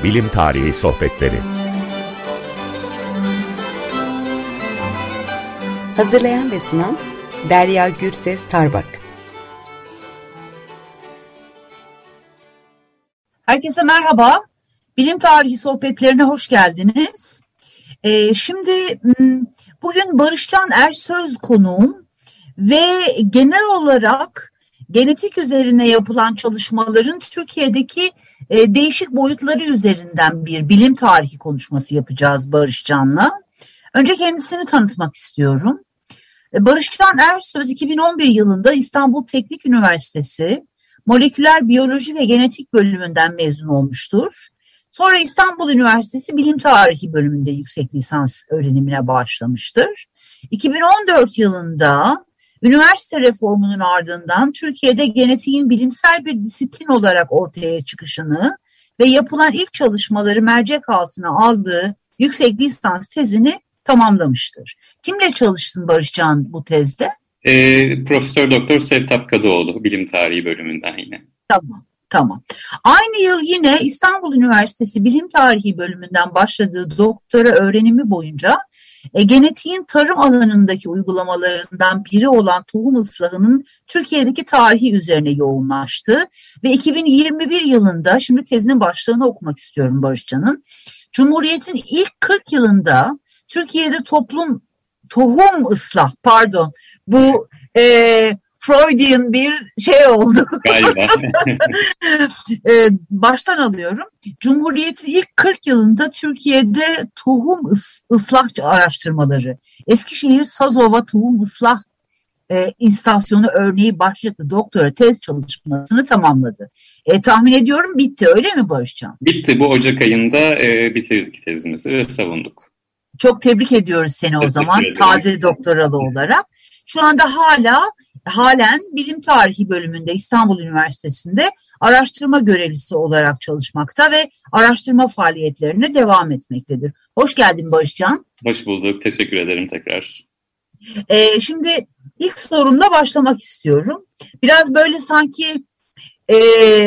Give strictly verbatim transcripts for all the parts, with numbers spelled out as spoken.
Bilim Tarihi Sohbetleri. Hazırlayan ve sunan Derya Gürses Tarbak. Herkese merhaba. Bilim Tarihi Sohbetlerine hoş geldiniz. Ee, şimdi bugün Barışcan Ersöz konuğum ve genel olarak genetik üzerine yapılan çalışmaların Türkiye'deki e, değişik boyutları üzerinden bir bilim tarihi konuşması yapacağız Barışcan'la. Önce kendisini tanıtmak istiyorum. Barışcan Ersöz iki bin on bir yılında İstanbul Teknik Üniversitesi Moleküler Biyoloji ve Genetik bölümünden mezun olmuştur. Sonra İstanbul Üniversitesi Bilim Tarihi bölümünde yüksek lisans öğrenimine başlamıştır. iki bin on dört yılında üniversite reformunun ardından Türkiye'de genetiğin bilimsel bir disiplin olarak ortaya çıkışını ve yapılan ilk çalışmaları mercek altına aldığı yüksek lisans tezini tamamlamıştır. Kimle çalıştın Barışcan bu tezde? E, Profesör Doktor Sevtap Kadıoğlu, Bilim Tarihi bölümünden yine. Tamam, tamam. Aynı yıl yine İstanbul Üniversitesi Bilim Tarihi bölümünden başladığı doktora öğrenimi boyunca e, genetiğin tarım alanındaki uygulamalarından biri olan tohum ıslahının Türkiye'deki tarihi üzerine yoğunlaştı ve iki bin yirmi bir yılında, şimdi tezinin başlığını okumak istiyorum Barışcan'ın, Cumhuriyet'in ilk kırk yılında Türkiye'de toplum tohum ıslah, pardon, bu e, Freudian bir şey oldu. Galiba. e, baştan alıyorum. Cumhuriyet'in ilk kırk yılında Türkiye'de tohum ıs, ıslah araştırmaları, Eskişehir Sazova Tohum Islah e, İstasyonu örneği başlıklı doktora tez çalışmasını tamamladı. E, tahmin ediyorum bitti, öyle mi Barışcan? Bitti, bu Ocak ayında e, bitirdik tezimizi ve savunduk. Çok tebrik ediyoruz seni o zaman taze doktoralı olarak. Şu anda hala halen bilim tarihi bölümünde İstanbul Üniversitesi'nde araştırma görevlisi olarak çalışmakta ve araştırma faaliyetlerine devam etmektedir. Hoş geldin Barışcan. Hoş bulduk. Teşekkür ederim tekrar. Ee, şimdi ilk sorumla başlamak istiyorum. Biraz böyle sanki e,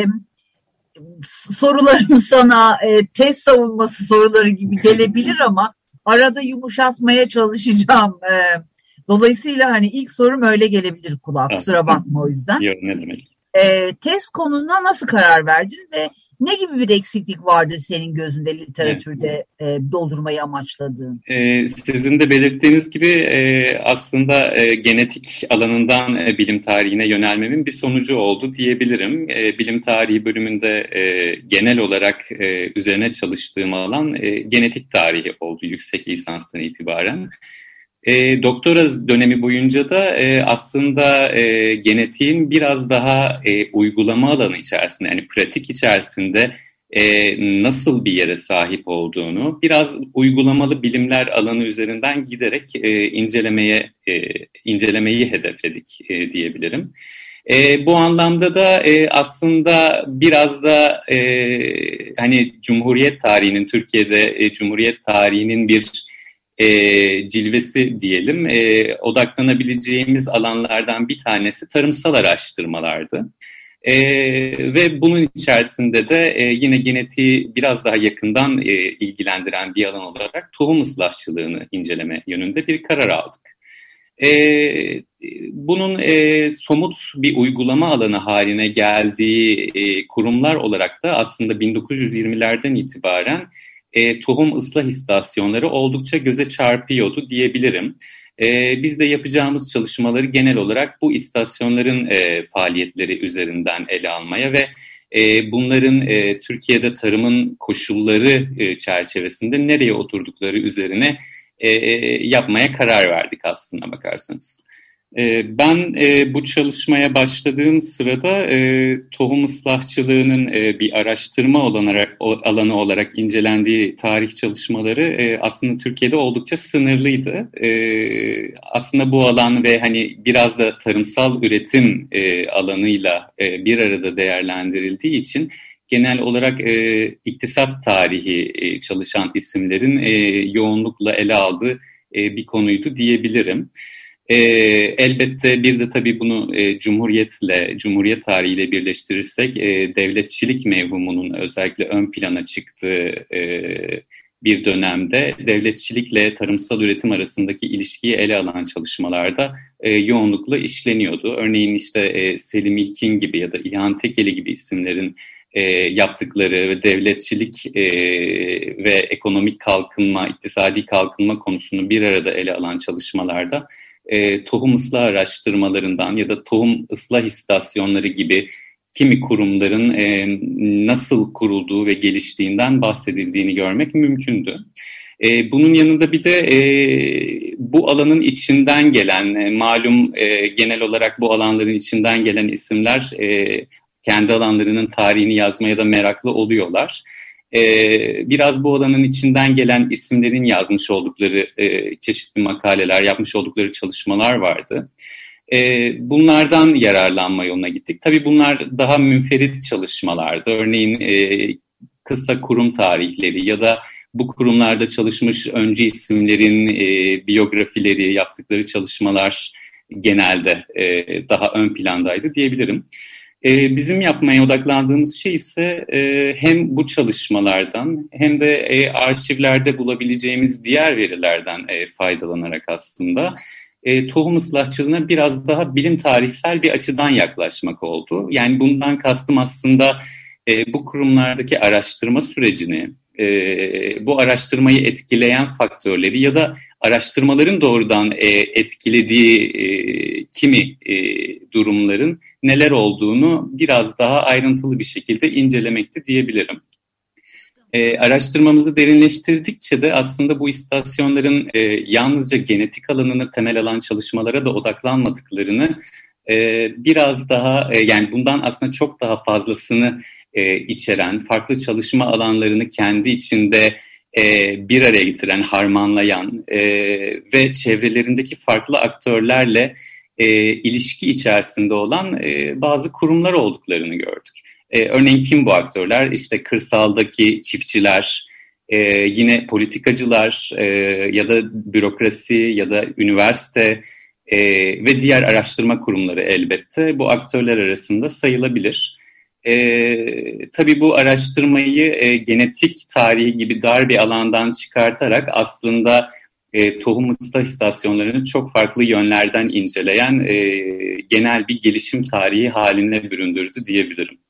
sorularım sana e, tez savunması soruları gibi gelebilir ama arada yumuşatmaya çalışacağım. Ee, dolayısıyla hani ilk sorum öyle gelebilir kulağa. Kusura bakma o yüzden. Yok, ne demek. Ee, tez konuna nasıl karar verdin ve ne gibi bir eksiklik vardı senin gözünde literatürde evet. e, doldurmayı amaçladığın? Ee, sizin de belirttiğiniz gibi e, aslında e, genetik alanından e, bilim tarihine yönelmemin bir sonucu oldu diyebilirim. E, bilim tarihi bölümünde e, genel olarak e, üzerine çalıştığım alan e, genetik tarihi oldu yüksek lisanstan itibaren. E, doktora dönemi boyunca da e, aslında e, genetiğin biraz daha e, uygulama alanı içerisinde, yani pratik içerisinde e, nasıl bir yere sahip olduğunu biraz uygulamalı bilimler alanı üzerinden giderek e, incelemeye e, incelemeyi hedefledik e, diyebilirim. E, bu anlamda da e, aslında biraz da e, hani Cumhuriyet tarihinin, Türkiye'de e, Cumhuriyet tarihinin bir E, cilvesi diyelim, e, odaklanabileceğimiz alanlardan bir tanesi tarımsal araştırmalardı. E, ve bunun içerisinde de e, yine genetiği biraz daha yakından e, ilgilendiren bir alan olarak tohum ıslahçılığını inceleme yönünde bir karar aldık. E, bunun e, somut bir uygulama alanı haline geldiği e, kurumlar olarak da aslında bin dokuz yüz yirmilerden itibaren E, tohum ıslah istasyonları oldukça göze çarpıyordu diyebilirim. E, biz de yapacağımız çalışmaları genel olarak bu istasyonların e, faaliyetleri üzerinden ele almaya ve e, bunların e, Türkiye'de tarımın koşulları e, çerçevesinde nereye oturdukları üzerine e, yapmaya karar verdik aslına bakarsanız. Ben e, bu çalışmaya başladığım sırada e, tohum ıslahçılığının e, bir araştırma olarak, o, alanı olarak incelendiği tarih çalışmaları e, aslında Türkiye'de oldukça sınırlıydı. E, aslında bu alan ve hani biraz da tarımsal üretim e, alanıyla e, bir arada değerlendirildiği için genel olarak e, iktisat tarihi e, çalışan isimlerin e, yoğunlukla ele aldığı e, bir konuydu diyebilirim. E, elbette bir de tabii bunu e, Cumhuriyet'le, Cumhuriyet tarihiyle birleştirirsek e, devletçilik mevhumunun özellikle ön plana çıktığı e, bir dönemde devletçilikle tarımsal üretim arasındaki ilişkiyi ele alan çalışmalarda e, yoğunlukla işleniyordu. Örneğin işte e, Selim İlkin gibi ya da İlhan Tekeli gibi isimlerin e, yaptıkları ve devletçilik e, ve ekonomik kalkınma, iktisadi kalkınma konusunu bir arada ele alan çalışmalarda e, tohum ıslah araştırmalarından ya da tohum ıslah istasyonları gibi kimi kurumların e, nasıl kurulduğu ve geliştiğinden bahsedildiğini görmek mümkündü. E, bunun yanında bir de e, bu alanın içinden gelen, e, malum e, genel olarak bu alanların içinden gelen isimler e, kendi alanlarının tarihini yazmaya da meraklı oluyorlar. E, biraz bu alanın içinden gelen isimlerin yazmış oldukları e, çeşitli makaleler, yapmış oldukları çalışmalar vardı. E, bunlardan yararlanma yoluna gittik. Tabii bunlar daha münferit çalışmalardı. Örneğin e, kısa kurum tarihleri ya da bu kurumlarda çalışmış öncü isimlerin e, biyografileri, yaptıkları çalışmalar genelde e, daha ön plandaydı diyebilirim. E, bizim yapmaya odaklandığımız şey ise e, hem bu çalışmalardan hem de e, arşivlerde bulabileceğimiz diğer verilerden e, faydalanarak aslında E, tohum ıslahçılığına biraz daha bilim tarihsel bir açıdan yaklaşmak oldu. Yani bundan kastım aslında e, bu kurumlardaki araştırma sürecini, e, bu araştırmayı etkileyen faktörleri ya da araştırmaların doğrudan e, etkilediği e, kimi e, durumların neler olduğunu biraz daha ayrıntılı bir şekilde incelemekti diyebilirim. E, araştırmamızı derinleştirdikçe de aslında bu istasyonların e, yalnızca genetik alanını temel alan çalışmalara da odaklanmadıklarını e, biraz daha e, yani bundan aslında çok daha fazlasını e, içeren, farklı çalışma alanlarını kendi içinde e, bir araya getiren, harmanlayan e, ve çevrelerindeki farklı aktörlerle e, ilişki içerisinde olan e, bazı kurumlar olduklarını gördük. Ee, örneğin kim bu aktörler? İşte kırsaldaki çiftçiler, e, yine politikacılar e, ya da bürokrasi ya da üniversite e, ve diğer araştırma kurumları elbette bu aktörler arasında sayılabilir. E, tabii bu araştırmayı e, genetik tarihi gibi dar bir alandan çıkartarak aslında e, tohum ıslah istasyonlarını çok farklı yönlerden inceleyen e, genel bir gelişim tarihi haline büründürdü diyebilirim.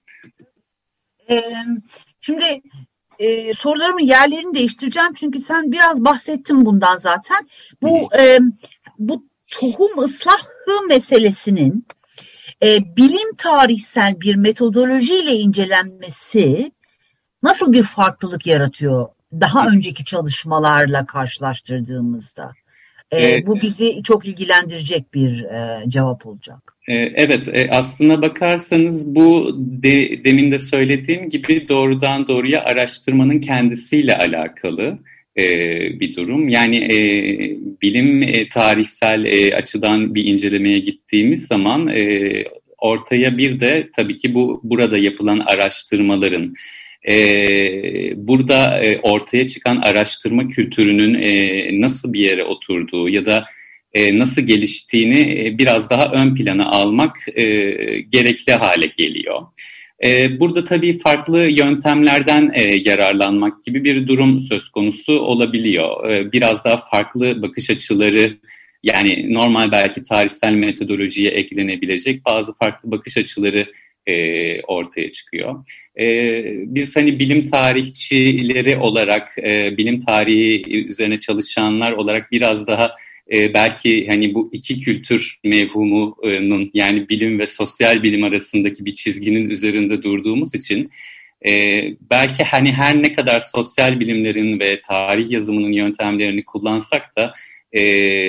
Şimdi e, sorularımın yerlerini değiştireceğim çünkü sen biraz bahsettin bundan zaten. Bu e, bu tohum ıslahı meselesinin e, bilim tarihsel bir metodolojiyle incelenmesi nasıl bir farklılık yaratıyor daha önceki çalışmalarla karşılaştırdığımızda? E, evet. Bu bizi çok ilgilendirecek bir e, cevap olacak. Evet, aslına bakarsanız bu de, demin de söylediğim gibi doğrudan doğruya araştırmanın kendisiyle alakalı e, bir durum. Yani e, bilim e, tarihsel e, açıdan bir incelemeye gittiğimiz zaman e, ortaya bir de tabii ki bu burada yapılan araştırmaların, e, burada e, ortaya çıkan araştırma kültürünün e, nasıl bir yere oturduğu ya da E, nasıl geliştiğini e, biraz daha ön plana almak e, gerekli hale geliyor. E, burada tabii farklı yöntemlerden e, yararlanmak gibi bir durum söz konusu olabiliyor. E, biraz daha farklı bakış açıları, yani normal belki tarihsel metodolojiye eklenebilecek bazı farklı bakış açıları e, ortaya çıkıyor. E, biz hani bilim tarihçileri olarak, e, bilim tarihi üzerine çalışanlar olarak biraz daha Ee, belki hani bu iki kültür mevhumunun, yani bilim ve sosyal bilim arasındaki bir çizginin üzerinde durduğumuz için e, belki hani her ne kadar sosyal bilimlerin ve tarih yazımının yöntemlerini kullansak da e,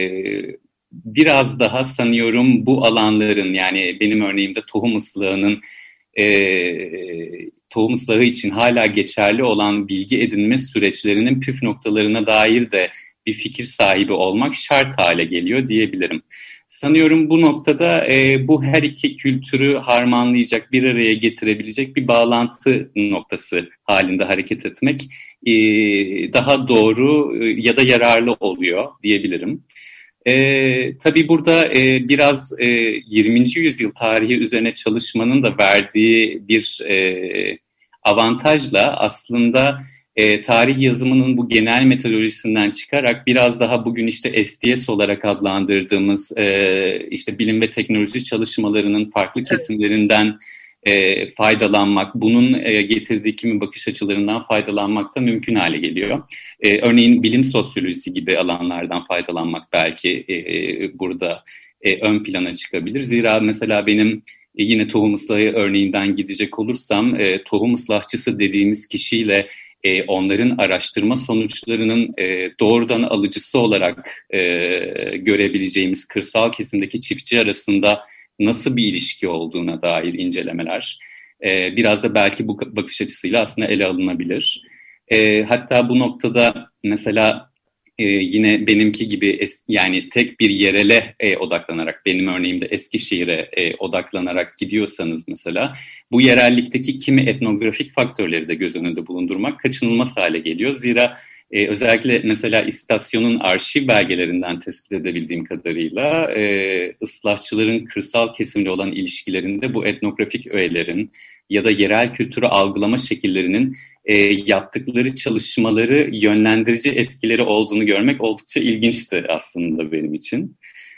biraz daha sanıyorum bu alanların, yani benim örneğimde tohum ıslahının e, tohum ıslahı için hala geçerli olan bilgi edinme süreçlerinin püf noktalarına dair de bir fikir sahibi olmak şart hale geliyor diyebilirim. Sanıyorum bu noktada e, bu her iki kültürü harmanlayacak, bir araya getirebilecek bir bağlantı noktası halinde hareket etmek e, daha doğru e, ya da yararlı oluyor diyebilirim. E, tabii burada e, biraz e, yirminci yüzyıl tarihi üzerine çalışmanın da verdiği bir e, avantajla aslında e, tarih yazımının bu genel metodolojisinden çıkarak biraz daha bugün işte S T S olarak adlandırdığımız e, işte bilim ve teknoloji çalışmalarının farklı kesimlerinden e, faydalanmak, bunun e, getirdiği kimi bakış açılarından faydalanmak da mümkün hale geliyor. E, örneğin bilim sosyolojisi gibi alanlardan faydalanmak belki e, burada e, ön plana çıkabilir. Zira mesela benim e, yine tohum ıslahı örneğinden gidecek olursam e, tohum ıslahçısı dediğimiz kişiyle e, onların araştırma sonuçlarının e, doğrudan alıcısı olarak e, görebileceğimiz kırsal kesimdeki çiftçi arasında nasıl bir ilişki olduğuna dair incelemeler e, biraz da belki bu bakış açısıyla aslında ele alınabilir. E, hatta bu noktada mesela e, yine benimki gibi es, yani tek bir yerele e, odaklanarak, benim örneğimde Eskişehir'e e, odaklanarak gidiyorsanız mesela bu yerellikteki kimi etnografik faktörleri de göz önünde bulundurmak kaçınılmaz hale geliyor. Zira Ee, özellikle mesela istasyonun arşiv belgelerinden tespit edebildiğim kadarıyla e, ıslahçıların kırsal kesimle olan ilişkilerinde bu etnografik öğelerin ya da yerel kültürü algılama şekillerinin e, yaptıkları çalışmaları yönlendirici etkileri olduğunu görmek oldukça ilginçti aslında benim için.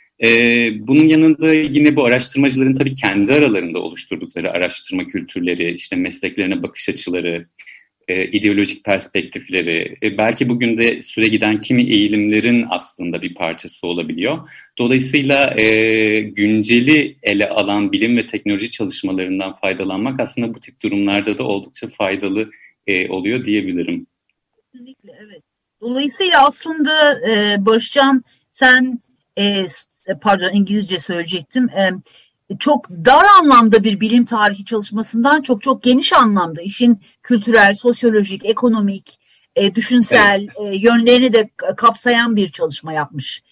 Ee, bunun yanında yine bu araştırmacıların tabii kendi aralarında oluşturdukları araştırma kültürleri, işte mesleklerine bakış açıları, E, ideolojik perspektifleri, e, belki bugün de süre giden kimi eğilimlerin aslında bir parçası olabiliyor. Dolayısıyla e, günceli ele alan bilim ve teknoloji çalışmalarından faydalanmak aslında bu tip durumlarda da oldukça faydalı e, oluyor diyebilirim. Kesinlikle, evet. Dolayısıyla aslında e, Barışcan sen e, pardon İngilizce söyleyecektim. E, çok dar anlamda bir bilim tarihi çalışmasından çok çok geniş anlamda işin kültürel, sosyolojik, ekonomik, e, düşünsel evet. e, yönlerini de kapsayan bir çalışma yapmış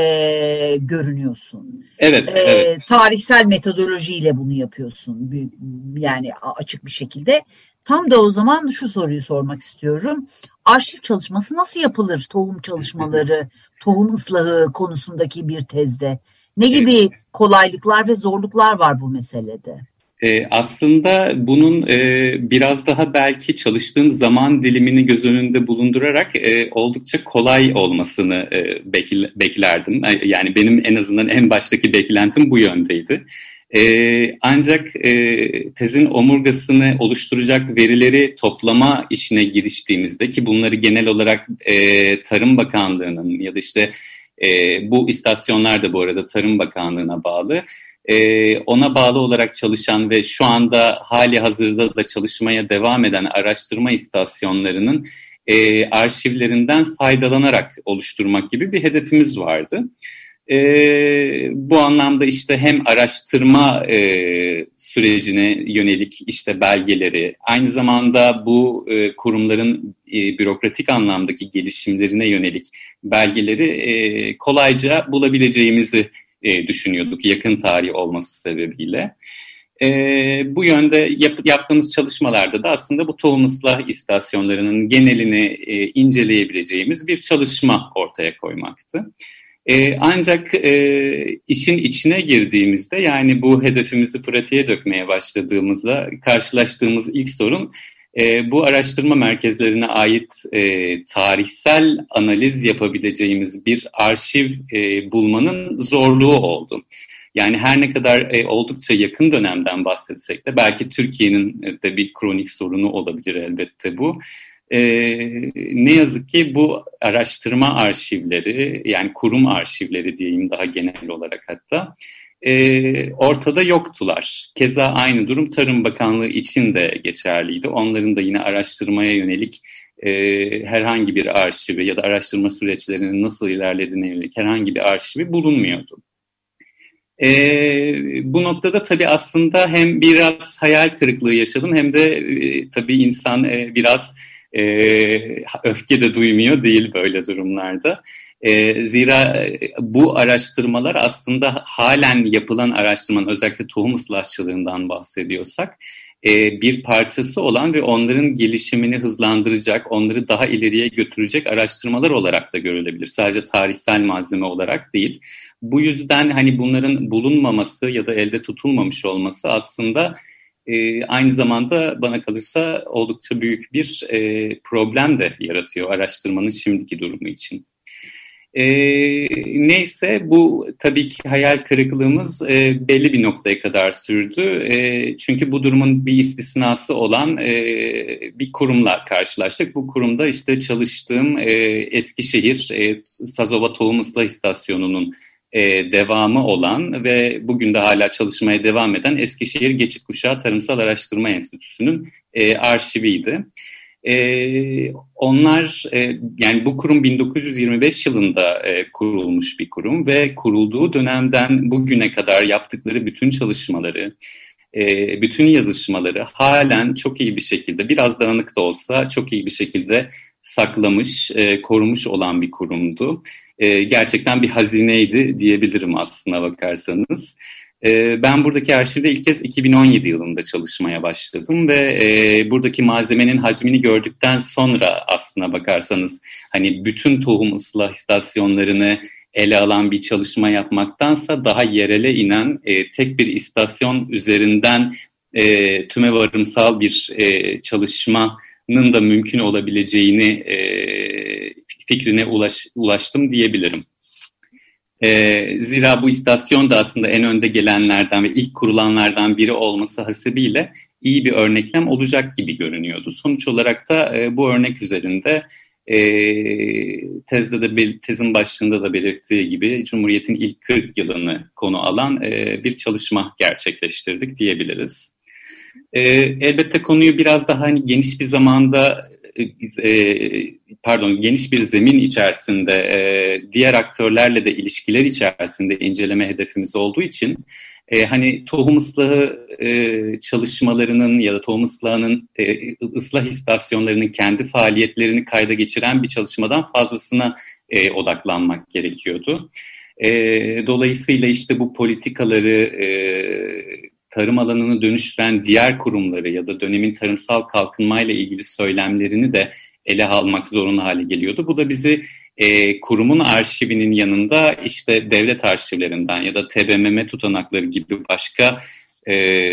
e, görünüyorsun. Evet, e, evet. Tarihsel metodolojiyle bunu yapıyorsun. Yani açık bir şekilde. Tam da o zaman şu soruyu sormak istiyorum. Arşiv çalışması nasıl yapılır? Tohum çalışmaları, tohum ıslahı konusundaki bir tezde. Ne gibi kolaylıklar ve zorluklar var bu meselede? Ee, aslında bunun e, biraz daha belki çalıştığım zaman dilimini göz önünde bulundurarak e, oldukça kolay olmasını e, bekl- beklerdim. Yani benim en azından en baştaki beklentim bu yöndeydi. E, ancak e, tezin omurgasını oluşturacak verileri toplama işine giriştiğimizde, ki bunları genel olarak e, Tarım Bakanlığı'nın ya da işte e, bu istasyonlar da bu arada Tarım Bakanlığı'na bağlı, e, ona bağlı olarak çalışan ve şu anda hali hazırda da çalışmaya devam eden araştırma istasyonlarının e, arşivlerinden faydalanarak oluşturmak gibi bir hedefimiz vardı. E, bu anlamda işte hem araştırma e, sürecine yönelik işte belgeleri, aynı zamanda bu e, kurumların e, bürokratik anlamdaki gelişimlerine yönelik belgeleri e, kolayca bulabileceğimizi e, düşünüyorduk yakın tarih olması sebebiyle. E, bu yönde yap, yaptığımız çalışmalarda da aslında bu tohum ıslah istasyonlarının genelini e, inceleyebileceğimiz bir çalışma ortaya koymaktı. Ee, ancak e, işin içine girdiğimizde, yani bu hedefimizi pratiğe dökmeye başladığımızda karşılaştığımız ilk sorun e, bu araştırma merkezlerine ait e, tarihsel analiz yapabileceğimiz bir arşiv e, bulmanın zorluğu oldu. Yani her ne kadar e, oldukça yakın dönemden bahsetsek de belki Türkiye'nin de bir kronik sorunu olabilir elbette bu. Ee, ne yazık ki bu araştırma arşivleri, yani kurum arşivleri diyeyim daha genel olarak hatta e, ortada yoktular. Keza aynı durum Tarım Bakanlığı için de geçerliydi. Onların da yine araştırmaya yönelik e, herhangi bir arşivi ya da araştırma süreçlerinin nasıl ilerlediğine yönelik herhangi bir arşivi bulunmuyordu. E, bu noktada tabii aslında hem biraz hayal kırıklığı yaşadım hem de e, tabii insan e, biraz E, öfke de duymuyor değil böyle durumlarda. E, zira e, bu araştırmalar aslında halen yapılan araştırmanın, özellikle tohum ıslahçılığından bahsediyorsak, e, bir parçası olan ve onların gelişimini hızlandıracak, onları daha ileriye götürecek araştırmalar olarak da görülebilir. Sadece tarihsel malzeme olarak değil. Bu yüzden hani bunların bulunmaması ya da elde tutulmamış olması aslında e, aynı zamanda bana kalırsa oldukça büyük bir e, problem de yaratıyor araştırmanın şimdiki durumu için. E, neyse bu tabii ki hayal kırıklığımız e, belli bir noktaya kadar sürdü. E, çünkü bu durumun bir istisnası olan e, bir kurumla karşılaştık. Bu kurumda işte çalıştığım e, Eskişehir e, Sazova Tohum Islah İstasyonu'nun e, devamı olan ve bugün de hala çalışmaya devam eden Eskişehir Geçit Kuşağı Tarımsal Araştırma Enstitüsü'nün e, arşiviydi. Ee, onlar e, yani bu kurum bin dokuz yüz yirmi beş yılında e, kurulmuş bir kurum ve kurulduğu dönemden bugüne kadar yaptıkları bütün çalışmaları, e, bütün yazışmaları halen çok iyi bir şekilde, biraz dağınık da olsa çok iyi bir şekilde saklamış, e, korumuş olan bir kurumdu. E, gerçekten bir hazineydi diyebilirim aslına bakarsanız. Ben buradaki arşivde ilk kez iki bin on yedi yılında çalışmaya başladım ve e, buradaki malzemenin hacmini gördükten sonra aslına bakarsanız hani bütün tohum ıslah istasyonlarını ele alan bir çalışma yapmaktansa daha yerele inen e, tek bir istasyon üzerinden e, tümevarımsal bir e, çalışmanın da mümkün olabileceğini e, fikrine ulaş, ulaştım diyebilirim. E, zira bu istasyon da aslında en önde gelenlerden ve ilk kurulanlardan biri olması hasebiyle iyi bir örneklem olacak gibi görünüyordu. Sonuç olarak da e, bu örnek üzerinde e, tezde de tezin başlığında da belirttiği gibi Cumhuriyet'in ilk kırk yılını konu alan e, bir çalışma gerçekleştirdik diyebiliriz. E, elbette konuyu biraz daha hani geniş bir zamanda e, pardon geniş bir zemin içerisinde e, diğer aktörlerle de ilişkiler içerisinde inceleme hedefimiz olduğu için e, hani tohum ıslahı e, çalışmalarının ya da tohum ıslahının e, ıslah istasyonlarının kendi faaliyetlerini kayda geçiren bir çalışmadan fazlasına e, odaklanmak gerekiyordu. E, dolayısıyla işte bu politikaları e, tarım alanını dönüştüren diğer kurumları ya da dönemin tarımsal kalkınmayla ilgili söylemlerini de ele almak zorunlu hale geliyordu. Bu da bizi e, kurumun arşivinin yanında işte devlet arşivlerinden ya da T B M M tutanakları gibi başka e,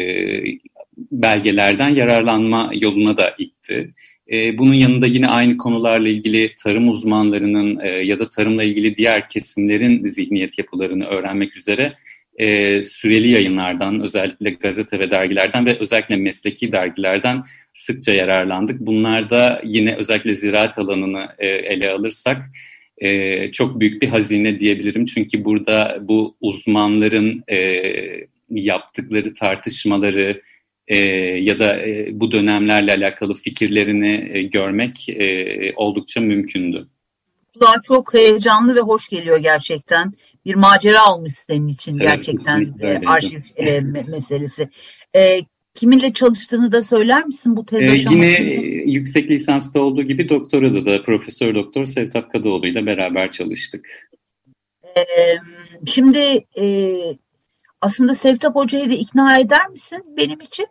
belgelerden yararlanma yoluna da itti. E, bunun yanında yine aynı konularla ilgili tarım uzmanlarının e, ya da tarımla ilgili diğer kesimlerin zihniyet yapılarını öğrenmek üzere e, süreli yayınlardan, özellikle gazete ve dergilerden ve özellikle mesleki dergilerden sıkça yararlandık. Bunlar da yine özellikle ziraat alanını e, ele alırsak e, çok büyük bir hazine diyebilirim. Çünkü burada bu uzmanların e, yaptıkları tartışmaları e, ya da e, bu dönemlerle alakalı fikirlerini e, görmek e, oldukça mümkündü. Kulağa çok heyecanlı ve hoş geliyor gerçekten. Bir macera olmuş senin için gerçekten evet, e, arşiv e, me- meselesi. E, kiminle çalıştığını da söyler misin bu tez ee, aşamasında? Yine yüksek lisansta olduğu gibi doktorada da Profesör Doktor Sevtap Kadıoğlu ile beraber çalıştık. E, şimdi e, aslında Sevtap Hoca'yı da ikna eder misin benim için?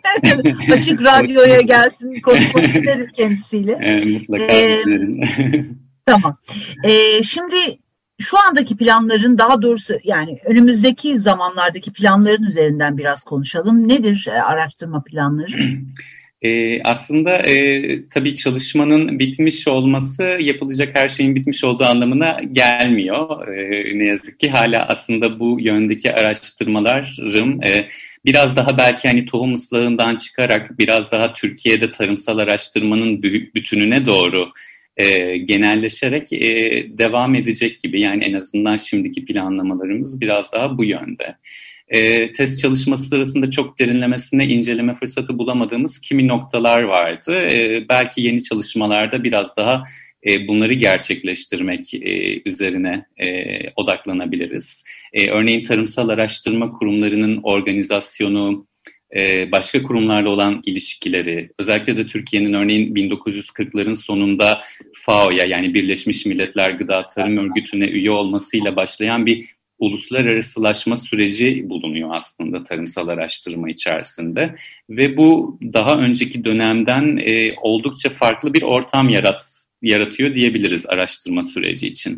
Açık Radyo'ya gelsin, konuşmak isterim kendisiyle. E, mutlaka E, dinlerim. Tamam. Ee, şimdi şu andaki planların, daha doğrusu yani önümüzdeki zamanlardaki planların üzerinden biraz konuşalım. Nedir e, araştırma planları? E, aslında e, tabii çalışmanın bitmiş olması yapılacak her şeyin bitmiş olduğu anlamına gelmiyor. E, ne yazık ki hala aslında bu yöndeki araştırmalarım e, biraz daha belki hani tohum ıslahından çıkarak biraz daha Türkiye'de tarımsal araştırmanın bütününe doğru E, genelleşerek e, devam edecek gibi. Yani en azından şimdiki planlamalarımız biraz daha bu yönde. E, test çalışması sırasında çok derinlemesine inceleme fırsatı bulamadığımız kimi noktalar vardı. E, belki yeni çalışmalarda biraz daha e, bunları gerçekleştirmek e, üzerine e, odaklanabiliriz. E, örneğin tarımsal araştırma kurumlarının organizasyonu, başka kurumlarla olan ilişkileri, özellikle de Türkiye'nin örneğin bin dokuz yüz kırkların sonunda F A O'ya yani Birleşmiş Milletler Gıda Tarım Örgütü'ne üye olmasıyla başlayan bir uluslararasılaşma süreci bulunuyor aslında tarımsal araştırma içerisinde ve bu daha önceki dönemden e, oldukça farklı bir ortam yarat, yaratıyor diyebiliriz araştırma süreci için.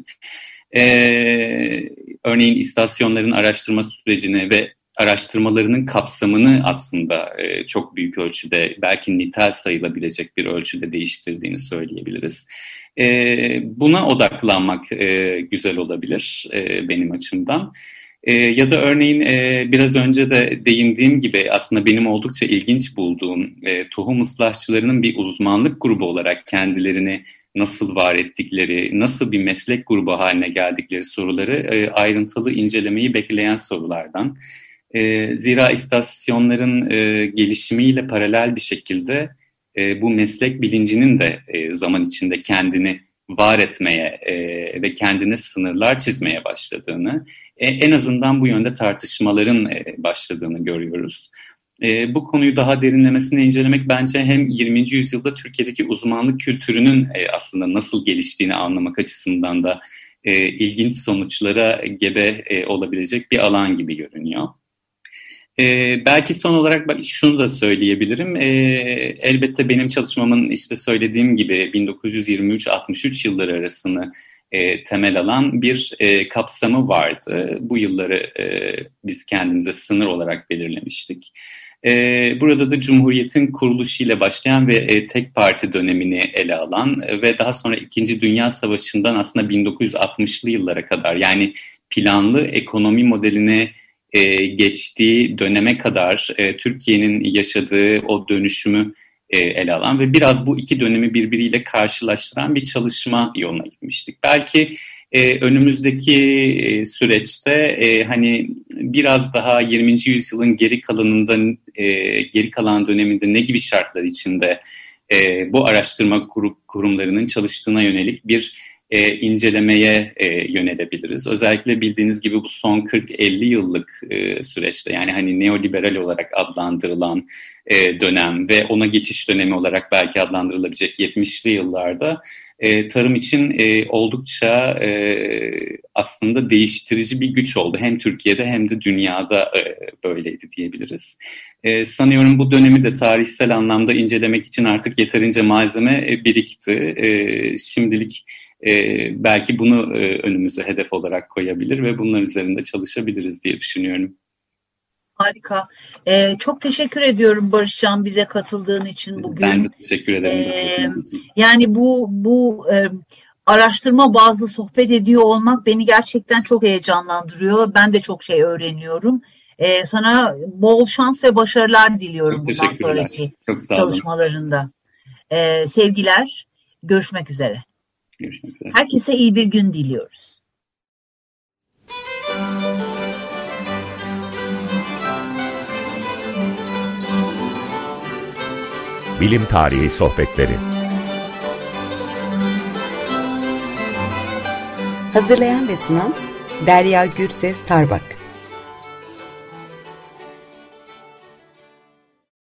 Ee, örneğin istasyonların araştırma sürecini ve araştırmalarının kapsamını aslında e, çok büyük ölçüde, belki nitel sayılabilecek bir ölçüde değiştirdiğini söyleyebiliriz. E, buna odaklanmak e, güzel olabilir e, benim açımdan. E, ya da örneğin e, biraz önce de değindiğim gibi aslında benim oldukça ilginç bulduğum e, tohum ıslahçılarının bir uzmanlık grubu olarak kendilerini nasıl var ettikleri, nasıl bir meslek grubu haline geldikleri soruları e, ayrıntılı incelemeyi bekleyen sorulardan. E, zira istasyonların e, gelişimiyle paralel bir şekilde e, bu meslek bilincinin de e, zaman içinde kendini var etmeye e, ve kendine sınırlar çizmeye başladığını, e, en azından bu yönde tartışmaların e, başladığını görüyoruz. E, bu konuyu daha derinlemesine incelemek bence hem yirminci yüzyılda Türkiye'deki uzmanlık kültürünün e, aslında nasıl geliştiğini anlamak açısından da e, ilginç sonuçlara gebe e, olabilecek bir alan gibi görünüyor. E, belki son olarak şunu da söyleyebilirim. E, elbette benim çalışmamın işte söylediğim gibi bin dokuz yüz yirmi üç altmış üç yılları arasını e, temel alan bir e, kapsamı vardı. Bu yılları e, biz kendimize sınır olarak belirlemiştik. Burada da Cumhuriyet'in kuruluşuyla başlayan ve tek parti dönemini ele alan ve daha sonra İkinci Dünya Savaşı'ndan aslında bin dokuz yüz altmışlı yıllara kadar, yani planlı ekonomi modeline geçtiği döneme kadar Türkiye'nin yaşadığı o dönüşümü ele alan ve biraz bu iki dönemi birbiriyle karşılaştıran bir çalışma yoluna gitmiştik. Belki Ee, önümüzdeki e, süreçte e, hani biraz daha yirminci yüzyılın geri kalanında, e, geri kalan döneminde ne gibi şartlar içinde e, bu araştırma kurum, kurumlarının çalıştığına yönelik bir e, incelemeye e, yönelebiliriz. Özellikle bildiğiniz gibi bu son kırk elli yıllık e, süreçte, yani hani neoliberal olarak adlandırılan e, dönem ve ona geçiş dönemi olarak belki adlandırılabilecek yetmişli yıllarda E, tarım için e, oldukça e, aslında değiştirici bir güç oldu. Hem Türkiye'de hem de dünyada e, böyleydi diyebiliriz. E, sanıyorum bu dönemi de tarihsel anlamda incelemek için artık yeterince malzeme e, birikti. E, şimdilik e, belki bunu e, önümüze hedef olarak koyabilir ve bunlar üzerinde çalışabiliriz diye düşünüyorum. Harika. Ee, çok teşekkür ediyorum Barışcan, bize katıldığın için bugün. Ben de teşekkür ederim. Ee, yani bu bu e, araştırma bazlı sohbet ediyor olmak beni gerçekten çok heyecanlandırıyor. Ben de çok şey öğreniyorum. Ee, sana bol şans ve başarılar diliyorum bundan sonraki çalışmalarında. Ee, sevgiler. Görüşmek üzere. Görüşmek üzere. Herkese iyi bir gün diliyoruz. Bilim Tarihi Sohbetleri. Hazırlayan ve sunan Derya Gürses Tarbak.